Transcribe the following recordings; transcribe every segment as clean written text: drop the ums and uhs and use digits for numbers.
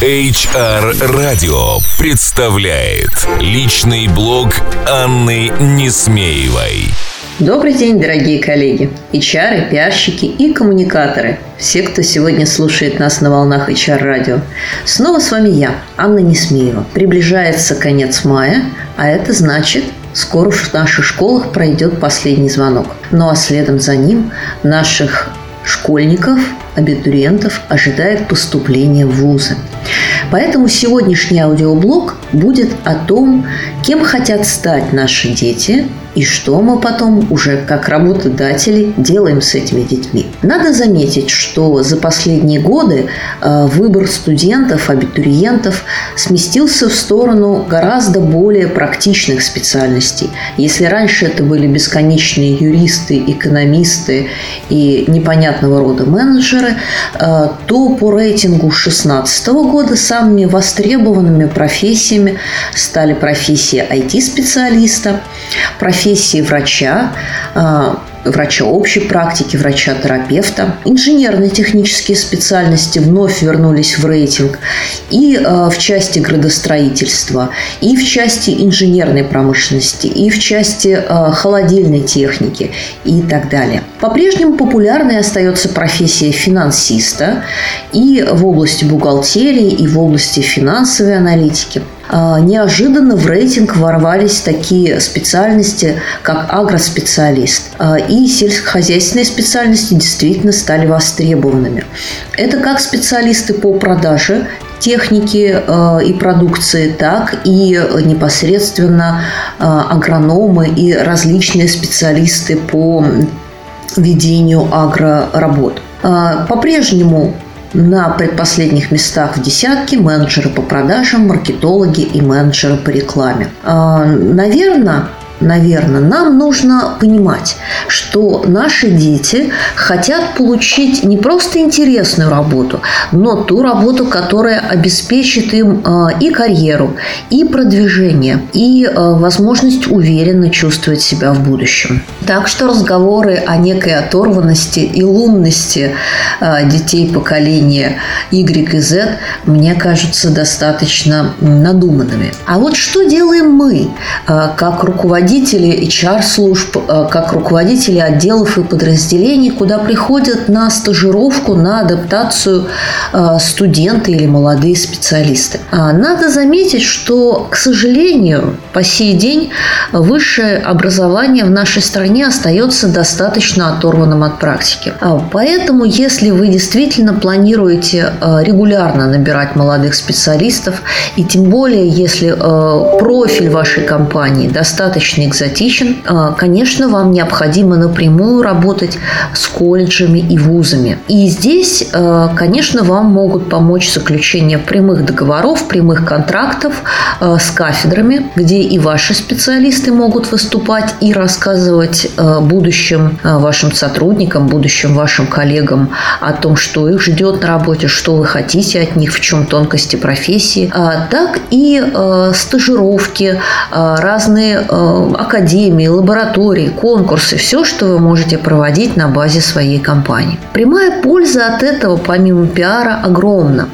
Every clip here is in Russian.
HR Radio представляет личный блог Анны Несмеевой. Добрый день, дорогие коллеги, HR, пиарщики и коммуникаторы. Все, кто сегодня слушает нас на волнах HR Radio. Снова с вами я, Анна Несмеева. Приближается конец мая, а это значит, скоро в наших школах пройдет последний звонок. Ну а следом за ним наших школьников, абитуриентов ожидает поступление в вузы. Поэтому сегодняшний аудиоблог будет о том, кем хотят стать наши дети и что мы потом уже как работодатели делаем с этими детьми. Надо заметить, что за последние годы выбор студентов, абитуриентов сместился в сторону гораздо более практичных специальностей. Если раньше это были бесконечные юристы, экономисты и непонятного рода менеджеры, то по рейтингу 2016 года самыми востребованными профессиями стали профессия IT-специалиста, профессии врача, врача общей практики, врача-терапевта. Инженерные технические специальности вновь вернулись в рейтинг и в части градостроительства, и в части инженерной промышленности, и в части холодильной техники и так далее. По-прежнему популярной остается профессия финансиста и в области бухгалтерии, и в области финансовой аналитики. Неожиданно в рейтинг ворвались такие специальности, как агроспециалист. И сельскохозяйственные специальности действительно стали востребованными. Это как специалисты по продаже техники и продукции, так и непосредственно агрономы и различные специалисты по ведению агроработ. По-прежнему на предпоследних местах в десятке менеджеры по продажам, маркетологи и менеджеры по рекламе. Наверное, нам нужно понимать, что наши дети хотят получить не просто интересную работу, но ту работу, которая обеспечит им и карьеру, и продвижение, и возможность уверенно чувствовать себя в будущем. Так что разговоры о некой оторванности и лунности детей поколения Y и Z мне кажутся достаточно надуманными. А вот что делаем мы, как руководители HR-служб, как руководители отделов и подразделений, куда приходят на стажировку, на адаптацию студенты или молодые специалисты. Надо заметить, что, к сожалению, по сей день высшее образование в нашей стране остается достаточно оторванным от практики. Поэтому, если вы действительно планируете регулярно набирать молодых специалистов, и тем более, если профиль вашей компании достаточно экзотичен, конечно, вам необходимо напрямую работать с колледжами и вузами. И здесь, конечно, вам могут помочь заключение прямых договоров, прямых контрактов с кафедрами, где и ваши специалисты могут выступать и рассказывать будущим вашим сотрудникам, будущим вашим коллегам о том, что их ждет на работе, что вы хотите от них, в чем тонкости профессии, так и стажировки, разные академии, лаборатории, конкурсы, все, что вы можете проводить на базе своей компании. Прямая польза от этого, помимо пиара, огромна.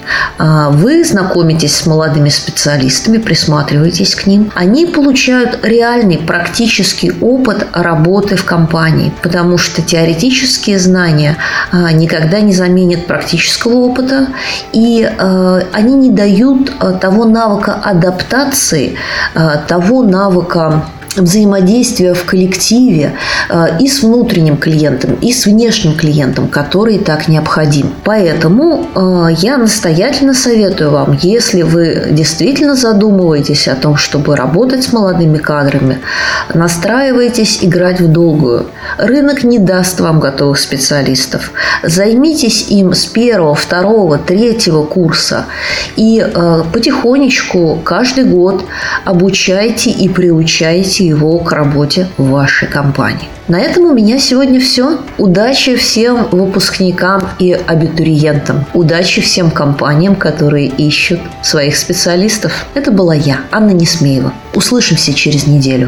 Вы знакомитесь с молодыми специалистами, присматриваетесь к ним. Они получают реальный практический опыт работы в компании, потому что теоретические знания никогда не заменят практического опыта, и они не дают того навыка адаптации, того навыка взаимодействия в коллективе и с внутренним клиентом, и с внешним клиентом, который так необходим. Поэтому я настоятельно советую вам, если вы действительно задумываетесь о том, чтобы работать с молодыми кадрами, настраивайтесь играть в долгую. Рынок не даст вам готовых специалистов. Займитесь им с 1, 2, 3 курса и потихонечку каждый год обучайте и приучайте его к работе в вашей компании. На этом у меня сегодня все. Удачи всем выпускникам и абитуриентам. Удачи всем компаниям, которые ищут своих специалистов. Это была я, Анна Несмеева. Услышимся через неделю.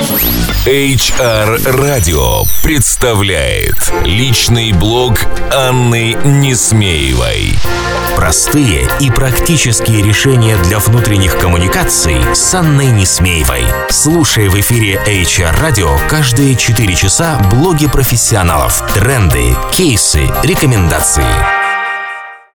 HR Radio представляет личный блог Анны Несмеевой. Простые и практические решения для внутренних коммуникаций с Анной Несмеевой. Слушай в эфире HR Radio каждые 4 часа блоги профессионалов, тренды, кейсы, рекомендации.